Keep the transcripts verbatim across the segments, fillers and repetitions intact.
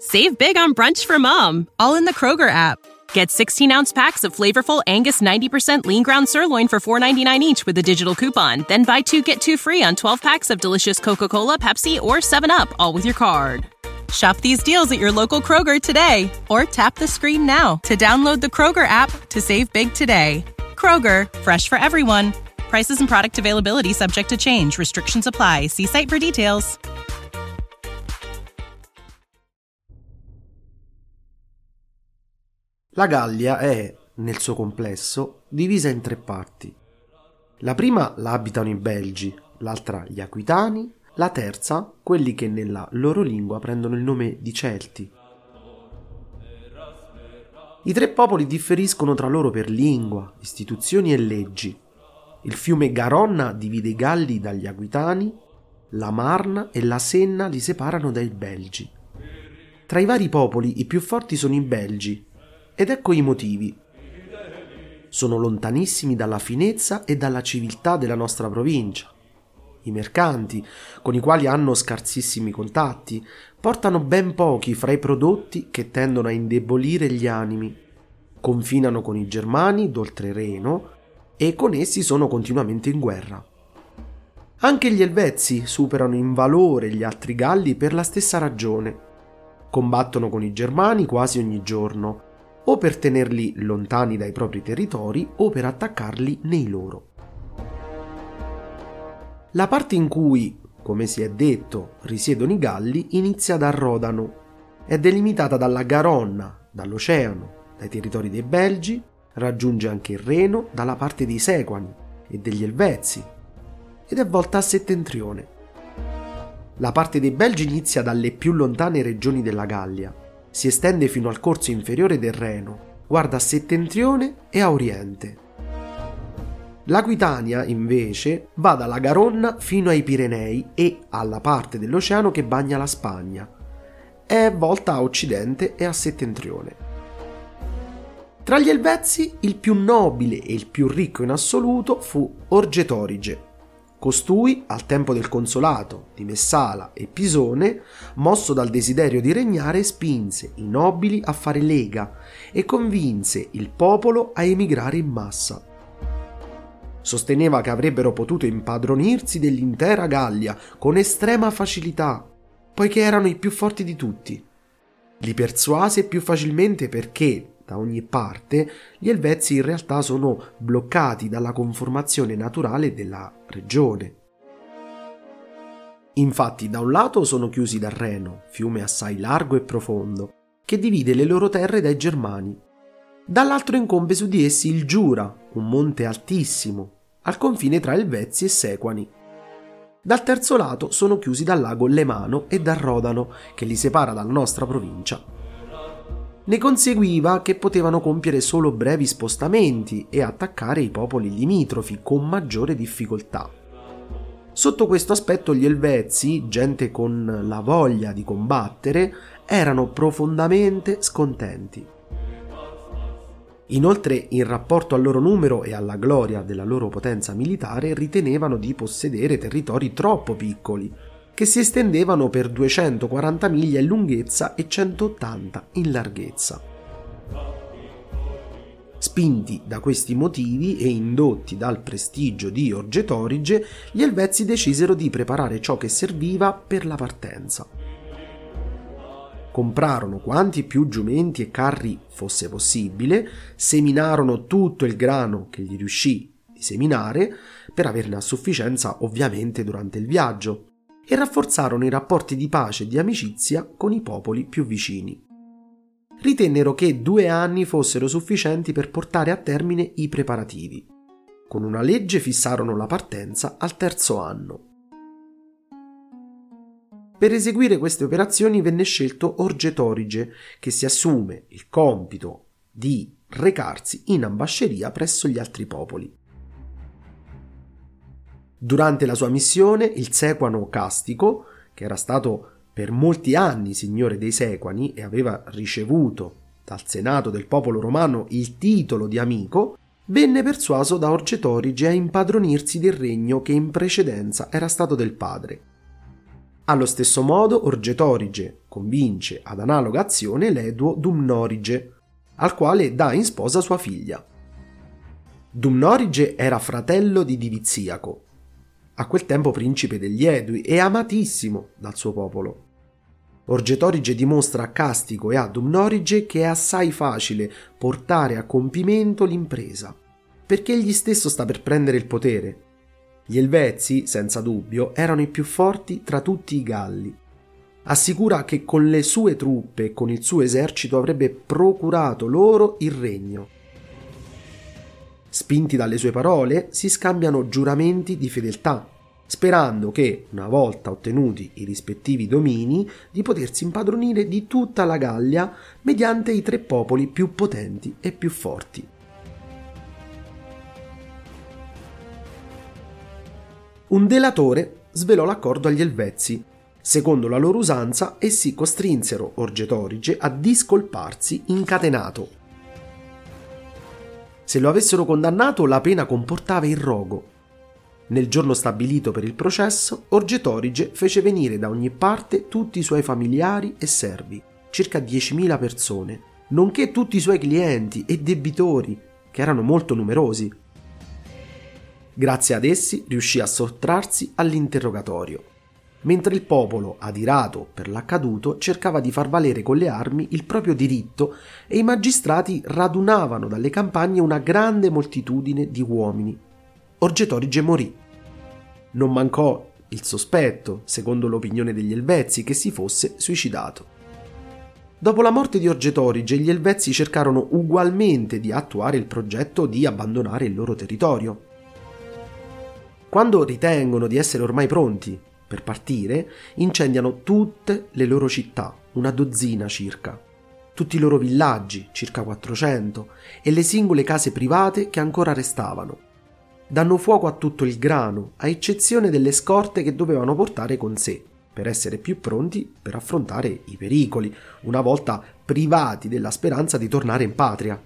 Save big on brunch for mom, all in the Kroger app. Get sixteen-ounce packs of flavorful Angus ninety percent lean ground sirloin for four ninety-nine each with a digital coupon. Then buy two, get two free on twelve packs of delicious Coca-Cola, Pepsi, or seven up, all with your card. Shop these deals at your local Kroger today, or tap the screen now to download the Kroger app to save big today. Kroger, fresh for everyone. Prices and product availability subject to change. Restrictions apply. See site for details. La Gallia è, nel suo complesso, divisa in tre parti. La prima la abitano i Belgi, l'altra gli Aquitani, la terza quelli che nella loro lingua prendono il nome di Celti. I tre popoli differiscono tra loro per lingua, istituzioni e leggi. Il fiume Garonna divide i Galli dagli Aquitani, la Marna e la Senna li separano dai Belgi. Tra i vari popoli i più forti sono i Belgi, ed ecco i motivi. Sono lontanissimi dalla finezza e dalla civiltà della nostra provincia. I mercanti, con i quali hanno scarsissimi contatti, portano ben pochi fra i prodotti che tendono a indebolire gli animi. Confinano con i Germani d'oltre Reno e con essi sono continuamente in guerra. Anche gli Elvezi superano in valore gli altri Galli per la stessa ragione. Combattono con i Germani quasi ogni giorno, o per tenerli lontani dai propri territori o per attaccarli nei loro. La parte in cui, come si è detto, risiedono i Galli inizia da Rodano. È delimitata dalla Garonna, dall'oceano, dai territori dei Belgi, raggiunge anche il Reno dalla parte dei Sequani e degli Elvezi ed è volta a settentrione. La parte dei Belgi inizia dalle più lontane regioni della Gallia, si estende fino al corso inferiore del Reno, guarda a settentrione e a oriente. L'Aquitania, invece, va dalla Garonna fino ai Pirenei e alla parte dell'oceano che bagna la Spagna. È volta a occidente e a settentrione. Tra gli Elvezi, il più nobile e il più ricco in assoluto fu Orgetorige. Costui, al tempo del consolato di Messala e Pisone, mosso dal desiderio di regnare, spinse i nobili a fare lega e convinse il popolo a emigrare in massa. Sosteneva che avrebbero potuto impadronirsi dell'intera Gallia con estrema facilità, poiché erano i più forti di tutti. Li persuase più facilmente perché, da ogni parte, gli Elvezi in realtà sono bloccati dalla conformazione naturale della regione. Infatti, da un lato sono chiusi dal Reno, fiume assai largo e profondo, che divide le loro terre dai Germani. Dall'altro incombe su di essi il Giura, un monte altissimo, al confine tra Elvezi e Sequani. Dal terzo lato sono chiusi dal lago Lemano e dal Rodano, che li separa dalla nostra provincia. Ne conseguiva che potevano compiere solo brevi spostamenti e attaccare i popoli limitrofi con maggiore difficoltà. Sotto questo aspetto gli Elvezi, gente con la voglia di combattere, erano profondamente scontenti. Inoltre, in rapporto al loro numero e alla gloria della loro potenza militare, ritenevano di possedere territori troppo piccoli, che si estendevano per duecentoquaranta miglia in lunghezza e centottanta in larghezza. Spinti da questi motivi e indotti dal prestigio di Orgetorige, gli Elvezi decisero di preparare ciò che serviva per la partenza. Comprarono quanti più giumenti e carri fosse possibile, seminarono tutto il grano che gli riuscì di seminare, per averne a sufficienza ovviamente durante il viaggio, e rafforzarono i rapporti di pace e di amicizia con i popoli più vicini. Ritennero che due anni fossero sufficienti per portare a termine i preparativi. Con una legge fissarono la partenza al terzo anno. Per eseguire queste operazioni venne scelto Orgetorige, che si assume il compito di recarsi in ambasceria presso gli altri popoli. Durante la sua missione, il Sequano Castico, che era stato per molti anni signore dei Sequani e aveva ricevuto dal senato del popolo romano il titolo di amico, venne persuaso da Orgetorige a impadronirsi del regno che in precedenza era stato del padre. Allo stesso modo Orgetorige convince ad analoga azione l'eduo Dumnorige, al quale dà in sposa sua figlia. Dumnorige era fratello di Diviziaco, a quel tempo principe degli Edui e amatissimo dal suo popolo. Orgetorige dimostra a Castico e a Dumnorige che è assai facile portare a compimento l'impresa, perché egli stesso sta per prendere il potere. Gli Elvezi, senza dubbio, erano i più forti tra tutti i Galli. Assicura che con le sue truppe e con il suo esercito avrebbe procurato loro il regno. Spinti dalle sue parole, si scambiano giuramenti di fedeltà, sperando che, una volta ottenuti i rispettivi domini, di potersi impadronire di tutta la Gallia mediante i tre popoli più potenti e più forti. Un delatore svelò l'accordo agli Elvezi. Secondo la loro usanza, essi costrinsero Orgetorige a discolparsi incatenato. Se lo avessero condannato, la pena comportava il rogo. Nel giorno stabilito per il processo, Orgetorige fece venire da ogni parte tutti i suoi familiari e servi, circa diecimila persone, nonché tutti i suoi clienti e debitori, che erano molto numerosi. Grazie ad essi riuscì a sottrarsi all'interrogatorio, mentre il popolo, adirato per l'accaduto, cercava di far valere con le armi il proprio diritto e i magistrati radunavano dalle campagne una grande moltitudine di uomini. Orgetorige morì. Non mancò il sospetto, secondo l'opinione degli Elvezi, che si fosse suicidato. Dopo la morte di Orgetorige, gli Elvezi cercarono ugualmente di attuare il progetto di abbandonare il loro territorio. Quando ritengono di essere ormai pronti per partire, incendiano tutte le loro città, una dozzina circa, tutti i loro villaggi, circa quattrocento, e le singole case private che ancora restavano. Danno fuoco a tutto il grano, a eccezione delle scorte che dovevano portare con sé, per essere più pronti per affrontare i pericoli, una volta privati della speranza di tornare in patria.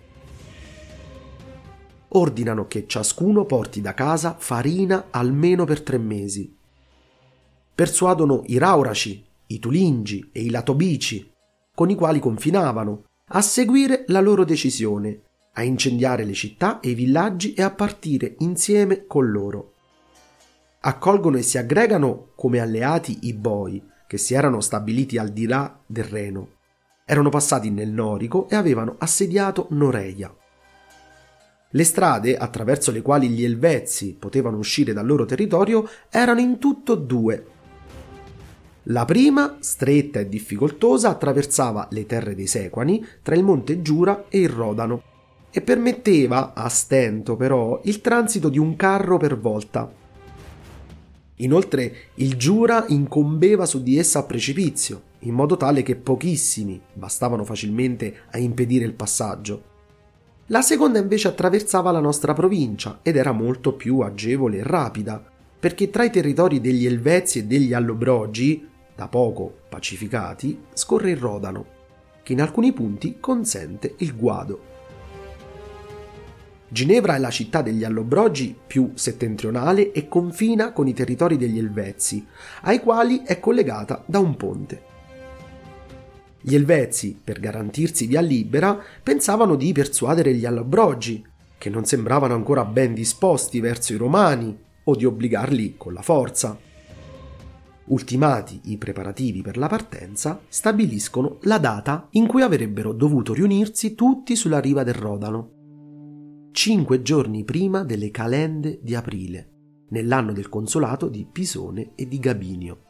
Ordinano che ciascuno porti da casa farina almeno per tre mesi. Persuadono i Rauraci, i Tulingi e i Latobici, con i quali confinavano, a seguire la loro decisione, a incendiare le città e i villaggi e a partire insieme con loro. Accolgono e si aggregano come alleati i Boi, che si erano stabiliti al di là del Reno. Erano passati nel Norico e avevano assediato Noreia. Le strade attraverso le quali gli Elvezi potevano uscire dal loro territorio erano in tutto due. La prima, stretta e difficoltosa, attraversava le terre dei Sequani tra il monte Giura e il Rodano e permetteva, a stento però, il transito di un carro per volta. Inoltre il Giura incombeva su di essa a precipizio, in modo tale che pochissimi bastavano facilmente a impedire il passaggio. La seconda invece attraversava la nostra provincia ed era molto più agevole e rapida, perché tra i territori degli Elvezi e degli Allobrogi, da poco pacificati, scorre il Rodano, che in alcuni punti consente il guado. Ginevra è la città degli Allobrogi più settentrionale e confina con i territori degli Elvezi, ai quali è collegata da un ponte. Gli Elvezi, per garantirsi via libera, pensavano di persuadere gli Allobrogi, che non sembravano ancora ben disposti verso i Romani, o di obbligarli con la forza. Ultimati i preparativi per la partenza, stabiliscono la data in cui avrebbero dovuto riunirsi tutti sulla riva del Rodano, cinque giorni prima delle calende di aprile, nell'anno del consolato di Pisone e di Gabinio.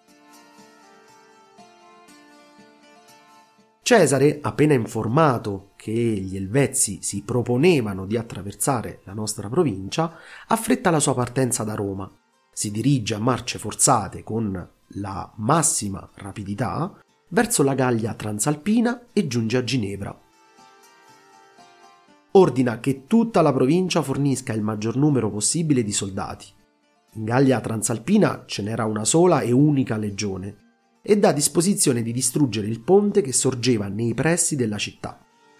Cesare, appena informato che gli Elvezi si proponevano di attraversare la nostra provincia, affretta la sua partenza da Roma, si dirige a marce forzate con la massima rapidità verso la Gallia Transalpina e giunge a Ginevra. Ordina che tutta la provincia fornisca il maggior numero possibile di soldati. In Gallia Transalpina ce n'era una sola e unica legione, e dà disposizione di distruggere il ponte che sorgeva nei pressi della città.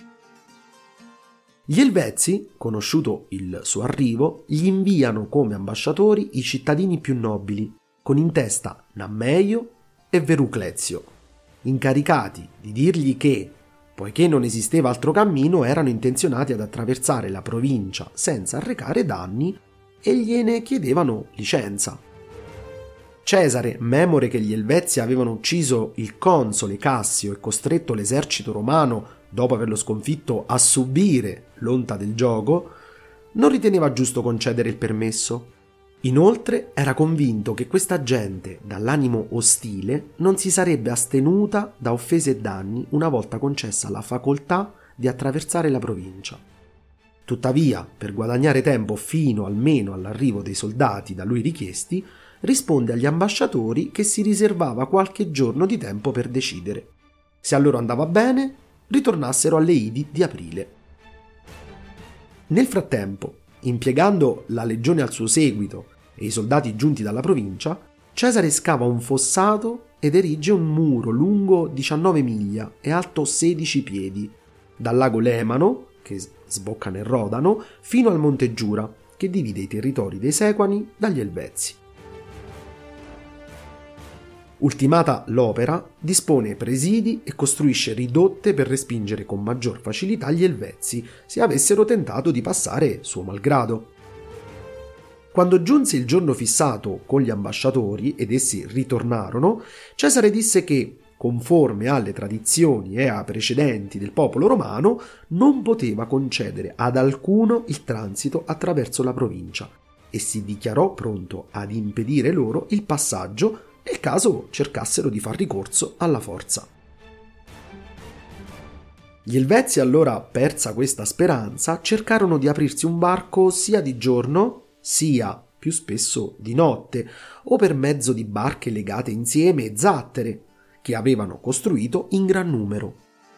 Gli Elvezi, conosciuto il suo arrivo, gli inviano come ambasciatori i cittadini più nobili, con in testa Nammeio, e Veruclezio, incaricati di dirgli che, poiché non esisteva altro cammino, erano intenzionati ad attraversare la provincia senza arrecare danni e gliene chiedevano licenza. Cesare, memore che gli Elvezi avevano ucciso il console Cassio e costretto l'esercito romano, dopo averlo sconfitto, a subire l'onta del giogo, non riteneva giusto concedere il permesso. Inoltre era convinto che questa gente, dall'animo ostile, non si sarebbe astenuta da offese e danni una volta concessa la facoltà di attraversare la provincia. Tuttavia, per guadagnare tempo fino almeno all'arrivo dei soldati da lui richiesti, risponde agli ambasciatori che si riservava qualche giorno di tempo per decidere. Se a loro andava bene, ritornassero alle Idi di aprile. Nel frattempo, impiegando la legione al suo seguito e i soldati giunti dalla provincia, Cesare scava un fossato ed erige un muro lungo diciannove miglia e alto sedici piedi, dal lago Lemano, che sbocca nel Rodano, fino al Monte Giura, che divide i territori dei Sequani dagli Elvezi. Ultimata l'opera, dispone presidi e costruisce ridotte per respingere con maggior facilità gli Elvezi se avessero tentato di passare suo malgrado. Quando giunse il giorno fissato con gli ambasciatori ed essi ritornarono, Cesare disse che, conforme alle tradizioni e a precedenti del popolo romano, non poteva concedere ad alcuno il transito attraverso la provincia e si dichiarò pronto ad impedire loro il passaggio nel caso cercassero di far ricorso alla forza. Gli Elvezi allora, persa questa speranza, cercarono di aprirsi un varco sia di giorno, sia più spesso di notte, o per mezzo di barche legate insieme e zattere, che avevano costruito in gran numero.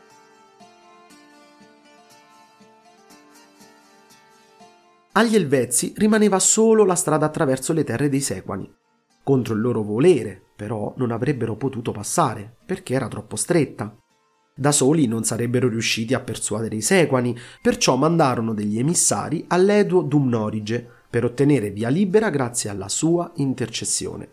Agli Elvezi rimaneva solo la strada attraverso le terre dei Sequani. Contro il loro volere, però, non avrebbero potuto passare, perché era troppo stretta. Da soli non sarebbero riusciti a persuadere i Sequani, perciò mandarono degli emissari all'Eduo Dumnorige per ottenere via libera grazie alla sua intercessione.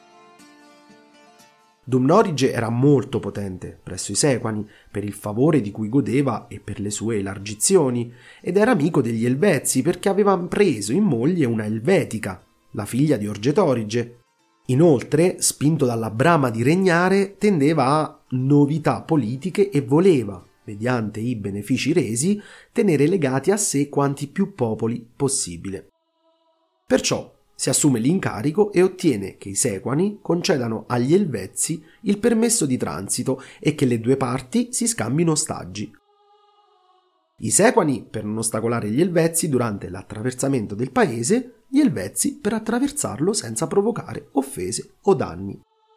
Dumnorige era molto potente presso i Sequani per il favore di cui godeva e per le sue elargizioni, ed era amico degli Elvezi perché aveva preso in moglie una Elvetica, la figlia di Orgetorige. Inoltre, spinto dalla brama di regnare, tendeva a novità politiche e voleva, mediante i benefici resi, tenere legati a sé quanti più popoli possibile. Perciò si assume l'incarico e ottiene che i Sequani concedano agli Elvezi il permesso di transito e che le due parti si scambino ostaggi. I Sequani per non ostacolare gli Elvezi durante l'attraversamento del paese, gli Elvezi per attraversarlo senza provocare offese o danni.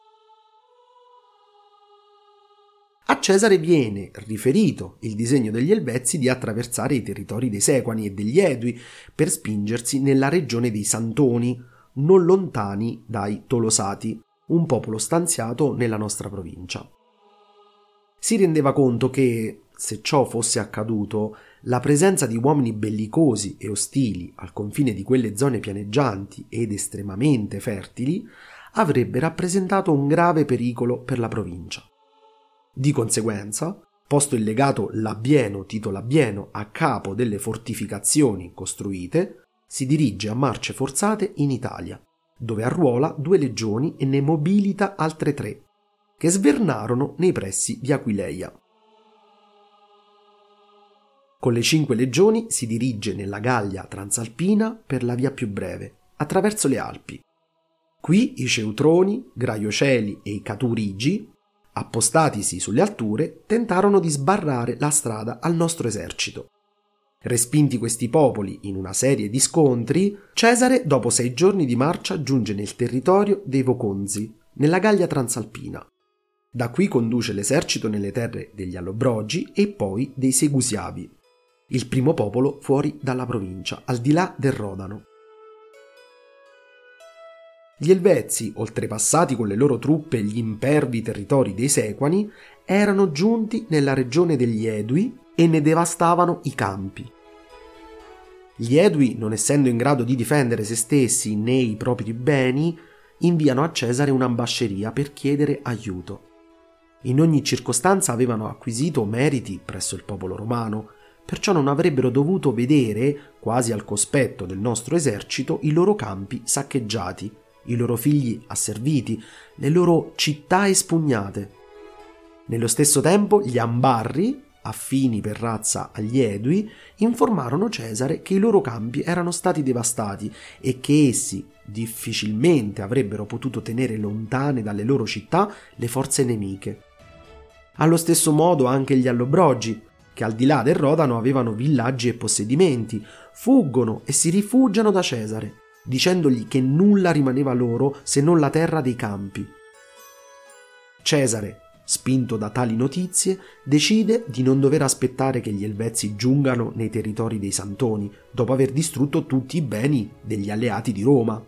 A Cesare viene riferito il disegno degli Elvezi di attraversare i territori dei Sequani e degli Edui per spingersi nella regione dei Santoni, non lontani dai Tolosati, un popolo stanziato nella nostra provincia. Si rendeva conto che, se ciò fosse accaduto, la presenza di uomini bellicosi e ostili al confine di quelle zone pianeggianti ed estremamente fertili avrebbe rappresentato un grave pericolo per la provincia. Di conseguenza, posto il legato Labieno Tito Labieno a capo delle fortificazioni costruite, si dirige a marce forzate in Italia, dove arruola due legioni e ne mobilita altre tre, che svernarono nei pressi di Aquileia. Con le cinque legioni si dirige nella Gallia Transalpina per la via più breve, attraverso le Alpi. Qui i Ceutroni, Graioceli e i Caturigi, appostatisi sulle alture, tentarono di sbarrare la strada al nostro esercito. Respinti questi popoli in una serie di scontri, Cesare, dopo sei giorni di marcia, giunge nel territorio dei Voconzi, nella Gallia Transalpina. Da qui conduce l'esercito nelle terre degli Allobrogi e poi dei Segusiavi, il primo popolo fuori dalla provincia, al di là del Rodano. Gli Elvezi, oltrepassati con le loro truppe gli impervi territori dei Sequani, erano giunti nella regione degli Edui e ne devastavano i campi. Gli Edui, non essendo in grado di difendere se stessi né i propri beni, inviano a Cesare un'ambasceria per chiedere aiuto. In ogni circostanza avevano acquisito meriti presso il popolo romano, perciò non avrebbero dovuto vedere, quasi al cospetto del nostro esercito, i loro campi saccheggiati, i loro figli asserviti, le loro città espugnate. Nello stesso tempo gli ambarri, affini per razza agli Edui, informarono Cesare che i loro campi erano stati devastati e che essi difficilmente avrebbero potuto tenere lontane dalle loro città le forze nemiche. Allo stesso modo anche gli Allobrogi, che al di là del Rodano avevano villaggi e possedimenti, fuggono e si rifugiano da Cesare, dicendogli che nulla rimaneva loro se non la terra dei campi. Cesare, spinto da tali notizie, decide di non dover aspettare che gli Elvezi giungano nei territori dei Santoni, dopo aver distrutto tutti i beni degli alleati di Roma.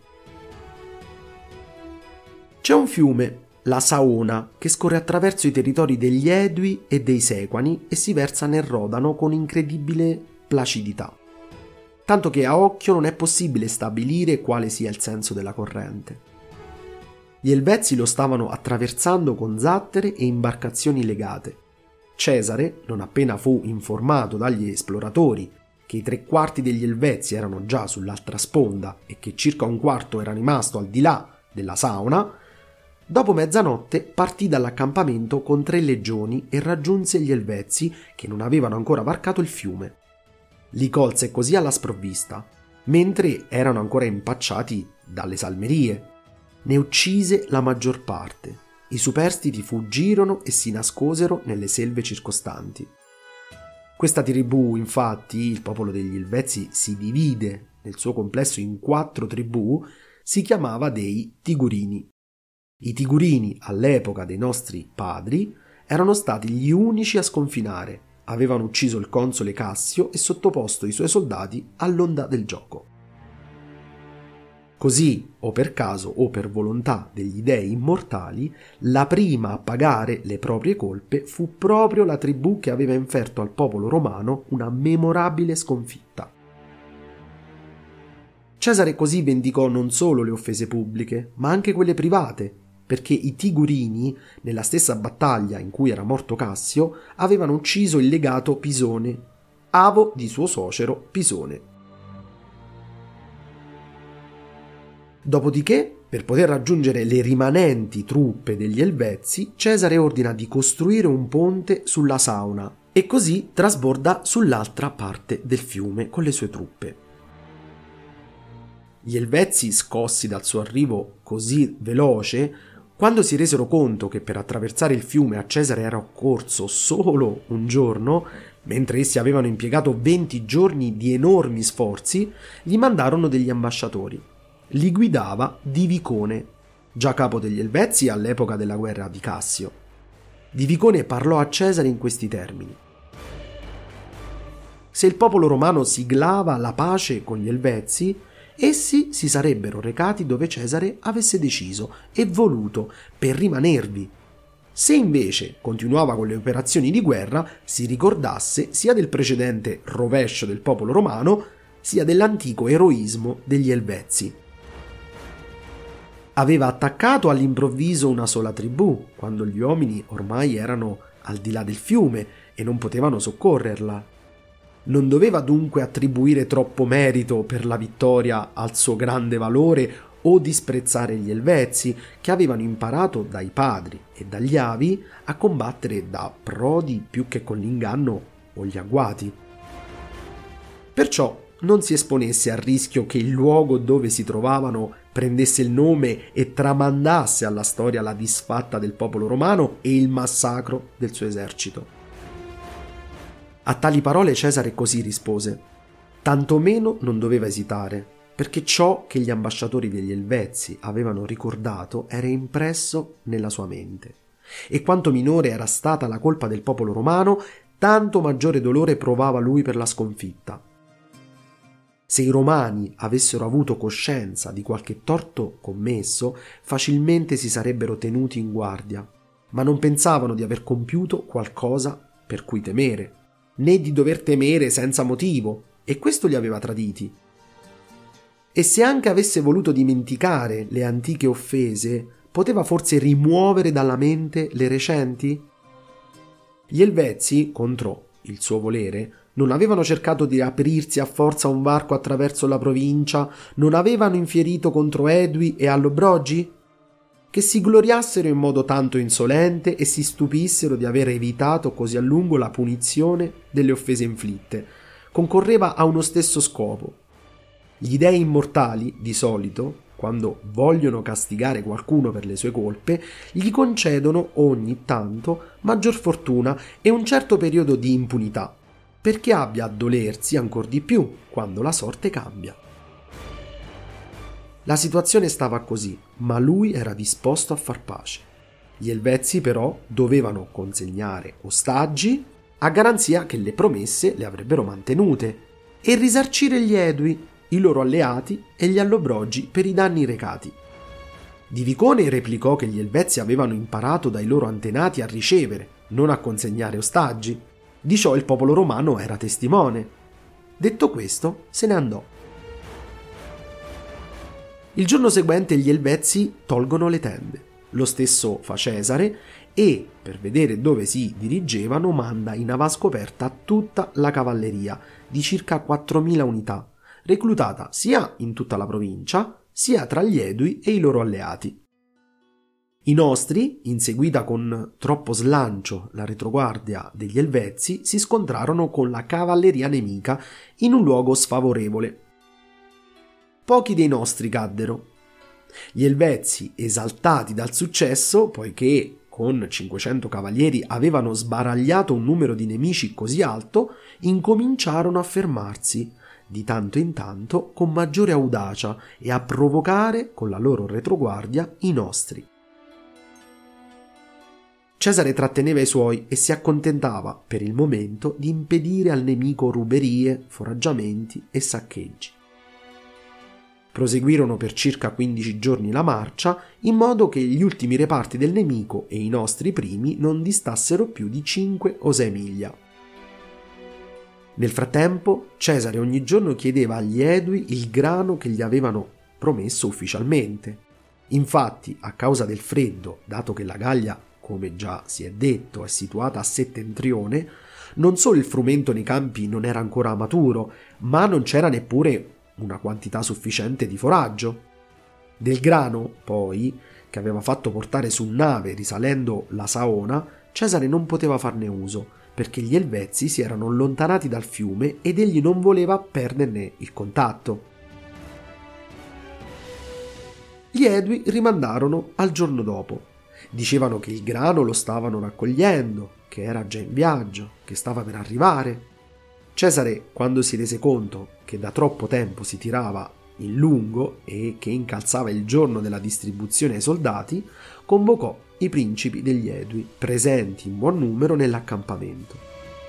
C'è un fiume, la Saona, che scorre attraverso i territori degli Edui e dei Sequani e si versa nel Rodano con incredibile placidità, tanto che a occhio non è possibile stabilire quale sia il senso della corrente. Gli Elvezi lo stavano attraversando con zattere e imbarcazioni legate. Cesare, non appena fu informato dagli esploratori che i tre quarti degli Elvezi erano già sull'altra sponda e che circa un quarto era rimasto al di là della Saona, dopo mezzanotte partì dall'accampamento con tre legioni e raggiunse gli Elvezi che non avevano ancora varcato il fiume. Li colse così alla sprovvista, mentre erano ancora impacciati dalle salmerie. Ne uccise la maggior parte. I superstiti fuggirono e si nascosero nelle selve circostanti. Questa tribù, infatti, il popolo degli Elvezi si divide nel suo complesso in quattro tribù, si chiamava dei Tigurini. I Tigurini, all'epoca dei nostri padri, erano stati gli unici a sconfinare, avevano ucciso il console Cassio e sottoposto i suoi soldati all'onda del gioco. Così, o per caso o per volontà degli dei immortali, la prima a pagare le proprie colpe fu proprio la tribù che aveva inferto al popolo romano una memorabile sconfitta. Cesare così vendicò non solo le offese pubbliche, ma anche quelle private, perché i Tigurini, nella stessa battaglia in cui era morto Cassio, avevano ucciso il legato Pisone, avo di suo suocero Pisone. Dopodiché, per poter raggiungere le rimanenti truppe degli Elvezi, Cesare ordina di costruire un ponte sulla Saona e così trasborda sull'altra parte del fiume con le sue truppe. Gli Elvezi, scossi dal suo arrivo così veloce, quando si resero conto che per attraversare il fiume a Cesare era occorso solo un giorno, mentre essi avevano impiegato venti giorni di enormi sforzi, gli mandarono degli ambasciatori. Li guidava Divicone, già capo degli Elvezi all'epoca della guerra di Cassio. Divicone parlò a Cesare in questi termini: se il popolo romano siglava la pace con gli Elvezi, essi si sarebbero recati dove Cesare avesse deciso e voluto per rimanervi. Se invece continuava con le operazioni di guerra, si ricordasse sia del precedente rovescio del popolo romano, sia dell'antico eroismo degli Elvezi. Aveva attaccato all'improvviso una sola tribù, quando gli uomini ormai erano al di là del fiume e non potevano soccorrerla. Non doveva dunque attribuire troppo merito per la vittoria al suo grande valore o disprezzare gli Elvezi, che avevano imparato dai padri e dagli avi a combattere da prodi più che con l'inganno o gli agguati. Perciò non si esponesse al rischio che il luogo dove si trovavano prendesse il nome e tramandasse alla storia la disfatta del popolo romano e il massacro del suo esercito. A tali parole Cesare così rispose: tantomeno non doveva esitare, perché ciò che gli ambasciatori degli Elvezi avevano ricordato era impresso nella sua mente, e quanto minore era stata la colpa del popolo romano, tanto maggiore dolore provava lui per la sconfitta. Se i romani avessero avuto coscienza di qualche torto commesso, facilmente si sarebbero tenuti in guardia, ma non pensavano di aver compiuto qualcosa per cui temere, né di dover temere senza motivo, e questo li aveva traditi. E se anche avesse voluto dimenticare le antiche offese, poteva forse rimuovere dalla mente le recenti? Gli Elvezi, contro il suo volere, non avevano cercato di aprirsi a forza un varco attraverso la provincia, non avevano infierito contro Edui e Allobrogi? Che si gloriassero in modo tanto insolente e si stupissero di aver evitato così a lungo la punizione delle offese inflitte, concorreva a uno stesso scopo. Gli dei immortali, di solito, quando vogliono castigare qualcuno per le sue colpe, gli concedono ogni tanto maggior fortuna e un certo periodo di impunità, perché abbia a dolersi ancor di più quando la sorte cambia. La situazione stava così, ma lui era disposto a far pace. Gli Elvezi però dovevano consegnare ostaggi a garanzia che le promesse le avrebbero mantenute e risarcire gli Edui, i loro alleati e gli Allobrogi per i danni recati. Divicone replicò che gli Elvezi avevano imparato dai loro antenati a ricevere, non a consegnare ostaggi. Di ciò il popolo romano era testimone. Detto questo, se ne andò. Il giorno seguente gli Elvezi tolgono le tende. Lo stesso fa Cesare e, per vedere dove si dirigevano, manda in avascoperta tutta la cavalleria di circa quattromila unità, reclutata sia in tutta la provincia, sia tra gli Edui e i loro alleati. I nostri, inseguita con troppo slancio la retroguardia degli Elvezi, si scontrarono con la cavalleria nemica in un luogo sfavorevole. Pochi dei nostri caddero. Gli Elvezi, esaltati dal successo, poiché con cinquecento cavalieri avevano sbaragliato un numero di nemici così alto, incominciarono a fermarsi, di tanto in tanto con maggiore audacia, e a provocare con la loro retroguardia i nostri. Cesare tratteneva i suoi e si accontentava, per il momento, di impedire al nemico ruberie, foraggiamenti e saccheggi. Proseguirono per circa quindici giorni la marcia, in modo che gli ultimi reparti del nemico e i nostri primi non distassero più di cinque o sei miglia. Nel frattempo, Cesare ogni giorno chiedeva agli Edui il grano che gli avevano promesso ufficialmente. Infatti, a causa del freddo, dato che la Gallia, come già si è detto, è situata a settentrione, non solo il frumento nei campi non era ancora maturo, ma non c'era neppure una quantità sufficiente di foraggio. Del grano, poi, che aveva fatto portare su nave risalendo la Saona, Cesare non poteva farne uso, perché gli Elvezi si erano allontanati dal fiume ed egli non voleva perderne il contatto. Gli Edui rimandarono al giorno dopo. Dicevano che il grano lo stavano raccogliendo, che era già in viaggio, che stava per arrivare. Cesare, quando si rese conto che da troppo tempo si tirava in lungo e che incalzava il giorno della distribuzione ai soldati, convocò i principi degli Edui, presenti in buon numero nell'accampamento.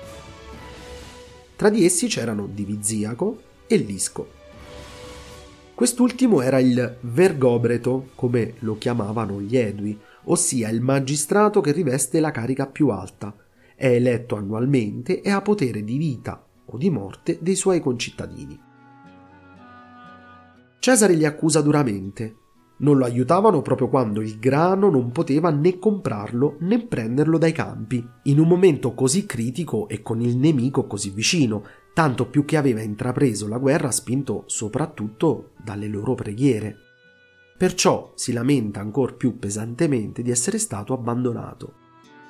Tra di essi c'erano Diviziaco e Lisco. Quest'ultimo era il vergobreto, come lo chiamavano gli Edui, ossia il magistrato che riveste la carica più alta, è eletto annualmente e ha potere di vita o di morte dei suoi concittadini. Cesare li accusa duramente. Non lo aiutavano proprio quando il grano non poteva né comprarlo né prenderlo dai campi, in un momento così critico e con il nemico così vicino, tanto più che aveva intrapreso la guerra spinto soprattutto dalle loro preghiere. Perciò si lamenta ancor più pesantemente di essere stato abbandonato.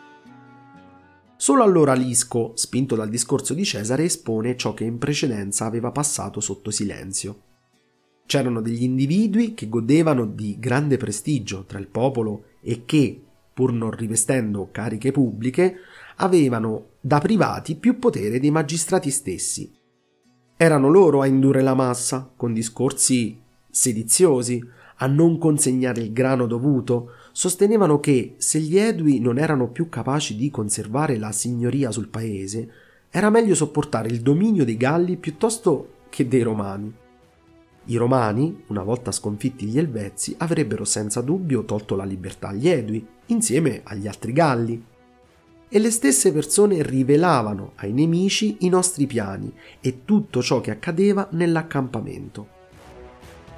Solo allora Lisco, spinto dal discorso di Cesare, espone ciò che in precedenza aveva passato sotto silenzio. C'erano degli individui che godevano di grande prestigio tra il popolo e che, pur non rivestendo cariche pubbliche, avevano da privati più potere dei magistrati stessi. Erano loro a indurre la massa, con discorsi sediziosi, a non consegnare il grano dovuto. Sostenevano che, se gli Edui non erano più capaci di conservare la signoria sul paese, era meglio sopportare il dominio dei Galli piuttosto che dei Romani. I Romani, una volta sconfitti gli Elvezi, avrebbero senza dubbio tolto la libertà agli Edui, insieme agli altri Galli. E le stesse persone rivelavano ai nemici i nostri piani e tutto ciò che accadeva nell'accampamento.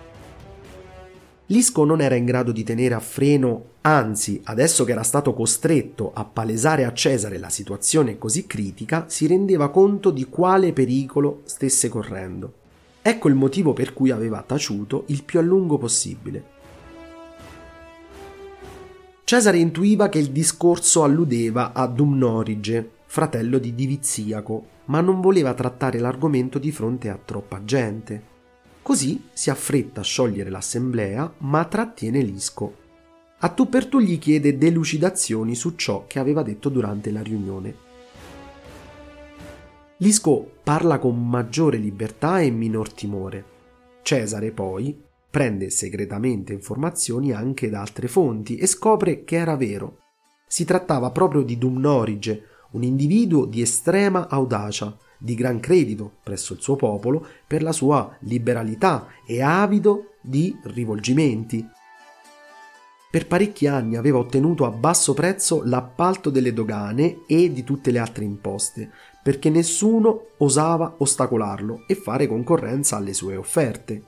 Lisco non era in grado di tenere a freno, anzi, adesso che era stato costretto a palesare a Cesare la situazione così critica, si rendeva conto di quale pericolo stesse correndo. Ecco il motivo per cui aveva taciuto il più a lungo possibile. Cesare intuiva che il discorso alludeva a Dumnorige, fratello di Diviziaco, ma non voleva trattare l'argomento di fronte a troppa gente. Così si affretta a sciogliere l'assemblea, ma trattiene Lisco. A tu per tu gli chiede delucidazioni su ciò che aveva detto durante la riunione. Lisco parla con maggiore libertà e minor timore. Cesare, poi, prende segretamente informazioni anche da altre fonti e scopre che era vero. Si trattava proprio di Dumnorige, un individuo di estrema audacia, di gran credito presso il suo popolo per la sua liberalità e avido di rivolgimenti. Per parecchi anni aveva ottenuto a basso prezzo l'appalto delle dogane e di tutte le altre imposte, perché nessuno osava ostacolarlo e fare concorrenza alle sue offerte.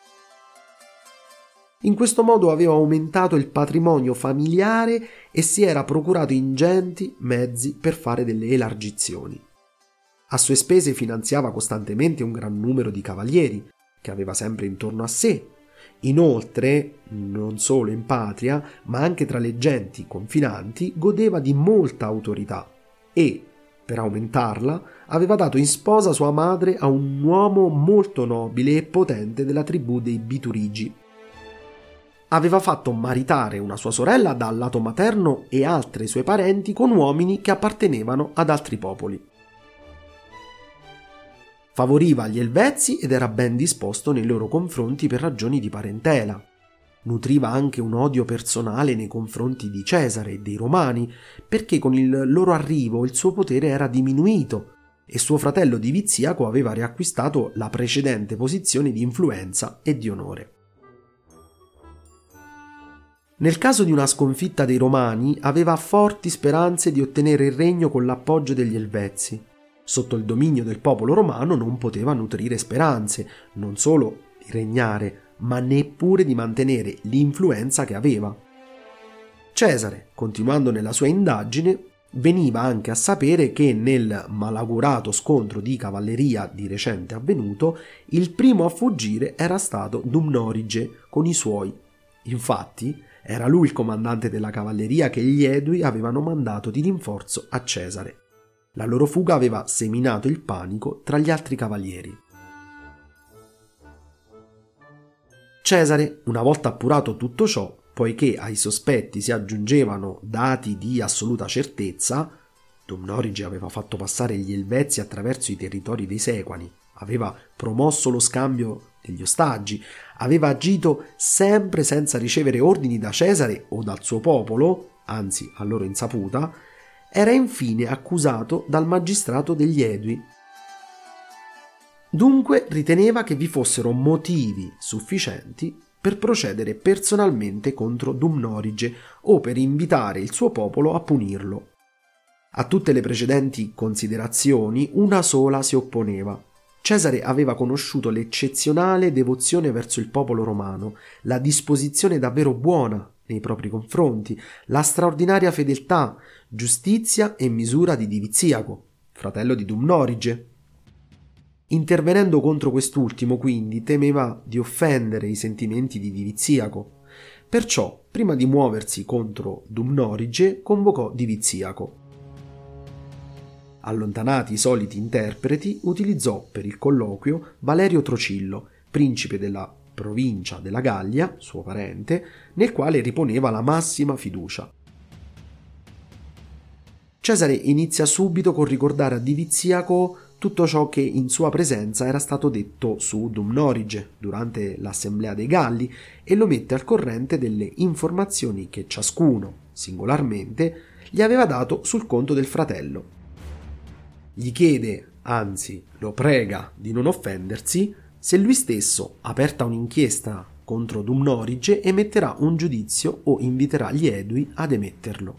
In questo modo aveva aumentato il patrimonio familiare e si era procurato ingenti mezzi per fare delle elargizioni. A sue spese finanziava costantemente un gran numero di cavalieri, che aveva sempre intorno a sé. Inoltre, non solo in patria, ma anche tra le genti confinanti, godeva di molta autorità e, per aumentarla, aveva dato in sposa sua madre a un uomo molto nobile e potente della tribù dei Biturigi. Aveva fatto maritare una sua sorella dal lato materno e altre sue parenti con uomini che appartenevano ad altri popoli. Favoriva gli Elvezi ed era ben disposto nei loro confronti per ragioni di parentela. Nutriva anche un odio personale nei confronti di Cesare e dei Romani, perché con il loro arrivo il suo potere era diminuito e suo fratello Diviziaco aveva riacquistato la precedente posizione di influenza e di onore. Nel caso di una sconfitta dei Romani aveva forti speranze di ottenere il regno con l'appoggio degli Elvezi. Sotto il dominio del popolo romano non poteva nutrire speranze, non solo di regnare, ma neppure di mantenere l'influenza che aveva. Cesare, continuando nella sua indagine, veniva anche a sapere che nel malaugurato scontro di cavalleria di recente avvenuto, il primo a fuggire era stato Dumnorige con i suoi. Infatti, era lui il comandante della cavalleria che gli Edui avevano mandato di rinforzo a Cesare. La loro fuga aveva seminato il panico tra gli altri cavalieri. Cesare, una volta appurato tutto ciò, poiché ai sospetti si aggiungevano dati di assoluta certezza, Dumnorige aveva fatto passare gli Elvezi attraverso i territori dei Sequani, aveva promosso lo scambio degli ostaggi, aveva agito sempre senza ricevere ordini da Cesare o dal suo popolo, anzi a loro insaputa, era infine accusato dal magistrato degli Edui. Dunque riteneva che vi fossero motivi sufficienti per procedere personalmente contro Dumnorige o per invitare il suo popolo a punirlo. A tutte le precedenti considerazioni una sola si opponeva. Cesare aveva conosciuto l'eccezionale devozione verso il popolo romano, la disposizione davvero buona nei propri confronti, la straordinaria fedeltà, giustizia e misura di Diviziaco, fratello di Dumnorige. Intervenendo contro quest'ultimo, quindi, temeva di offendere i sentimenti di Diviziaco. Perciò, prima di muoversi contro Dumnorige, convocò Diviziaco. Allontanati i soliti interpreti, utilizzò per il colloquio Valerio Trocillo, principe della provincia della Gallia, suo parente, nel quale riponeva la massima fiducia. Cesare inizia subito con ricordare a Diviziaco tutto ciò che in sua presenza era stato detto su Dumnorige durante l'assemblea dei Galli e lo mette al corrente delle informazioni che ciascuno, singolarmente, gli aveva dato sul conto del fratello. Gli chiede, anzi lo prega di non offendersi, se lui stesso, aperta un'inchiesta contro Dumnorige, emetterà un giudizio o inviterà gli Edui ad emetterlo.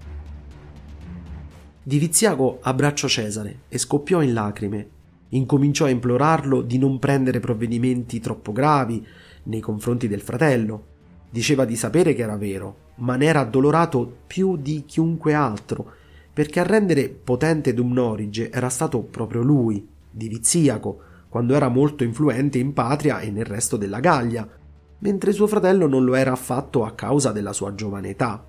Diviziaco abbracciò Cesare e scoppiò in lacrime. Incominciò a implorarlo di non prendere provvedimenti troppo gravi nei confronti del fratello. Diceva di sapere che era vero, ma ne era addolorato più di chiunque altro, perché a rendere potente Dumnorige era stato proprio lui, Diviziaco, quando era molto influente in patria e nel resto della Gallia, mentre suo fratello non lo era affatto a causa della sua giovane età.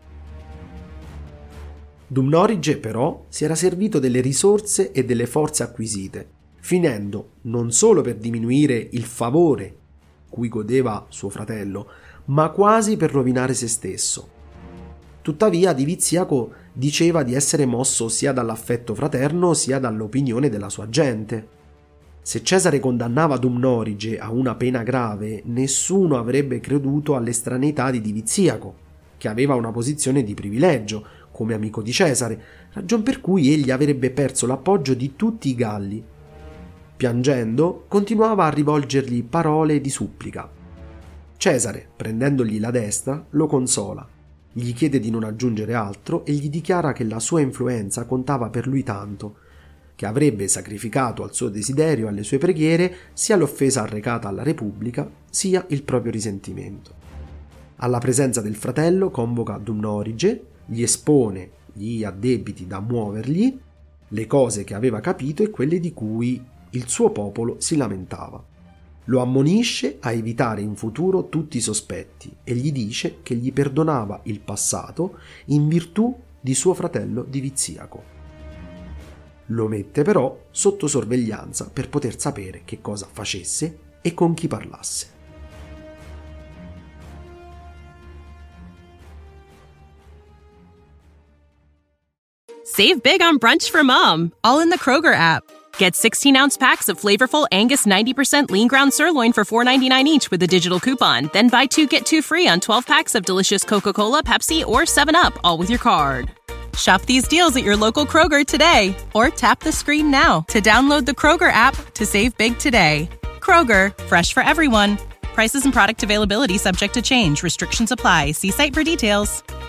Dumnorige, però, si era servito delle risorse e delle forze acquisite, finendo non solo per diminuire il favore cui godeva suo fratello, ma quasi per rovinare se stesso. Tuttavia Diviziaco diceva di essere mosso sia dall'affetto fraterno sia dall'opinione della sua gente. Se Cesare condannava Dumnorige a una pena grave, nessuno avrebbe creduto all'estraneità di Diviziaco, che aveva una posizione di privilegio come amico di Cesare, ragion per cui egli avrebbe perso l'appoggio di tutti i Galli. Piangendo, continuava a rivolgergli parole di supplica. Cesare, prendendogli la destra, lo consola, gli chiede di non aggiungere altro e gli dichiara che la sua influenza contava per lui tanto, che avrebbe sacrificato al suo desiderio e alle sue preghiere sia l'offesa arrecata alla Repubblica, sia il proprio risentimento. Alla presenza del fratello convoca Dumnorige, gli espone gli addebiti da muovergli, le cose che aveva capito e quelle di cui il suo popolo si lamentava. Lo ammonisce a evitare in futuro tutti i sospetti e gli dice che gli perdonava il passato in virtù di suo fratello Diviziaco. Lo mette però sotto sorveglianza per poter sapere che cosa facesse e con chi parlasse. Save big on brunch for mom, all in the Kroger app. Get sixteen-ounce packs of flavorful Angus ninety percent lean ground sirloin for four ninety-nine each with a digital coupon. Then buy two, get two free on twelve packs of delicious Coca-Cola, Pepsi, or seven up, all with your card. Shop these deals at your local Kroger today, or tap the screen now to download the Kroger app to save big today. Kroger, fresh for everyone. Prices and product availability subject to change. Restrictions apply. See site for details.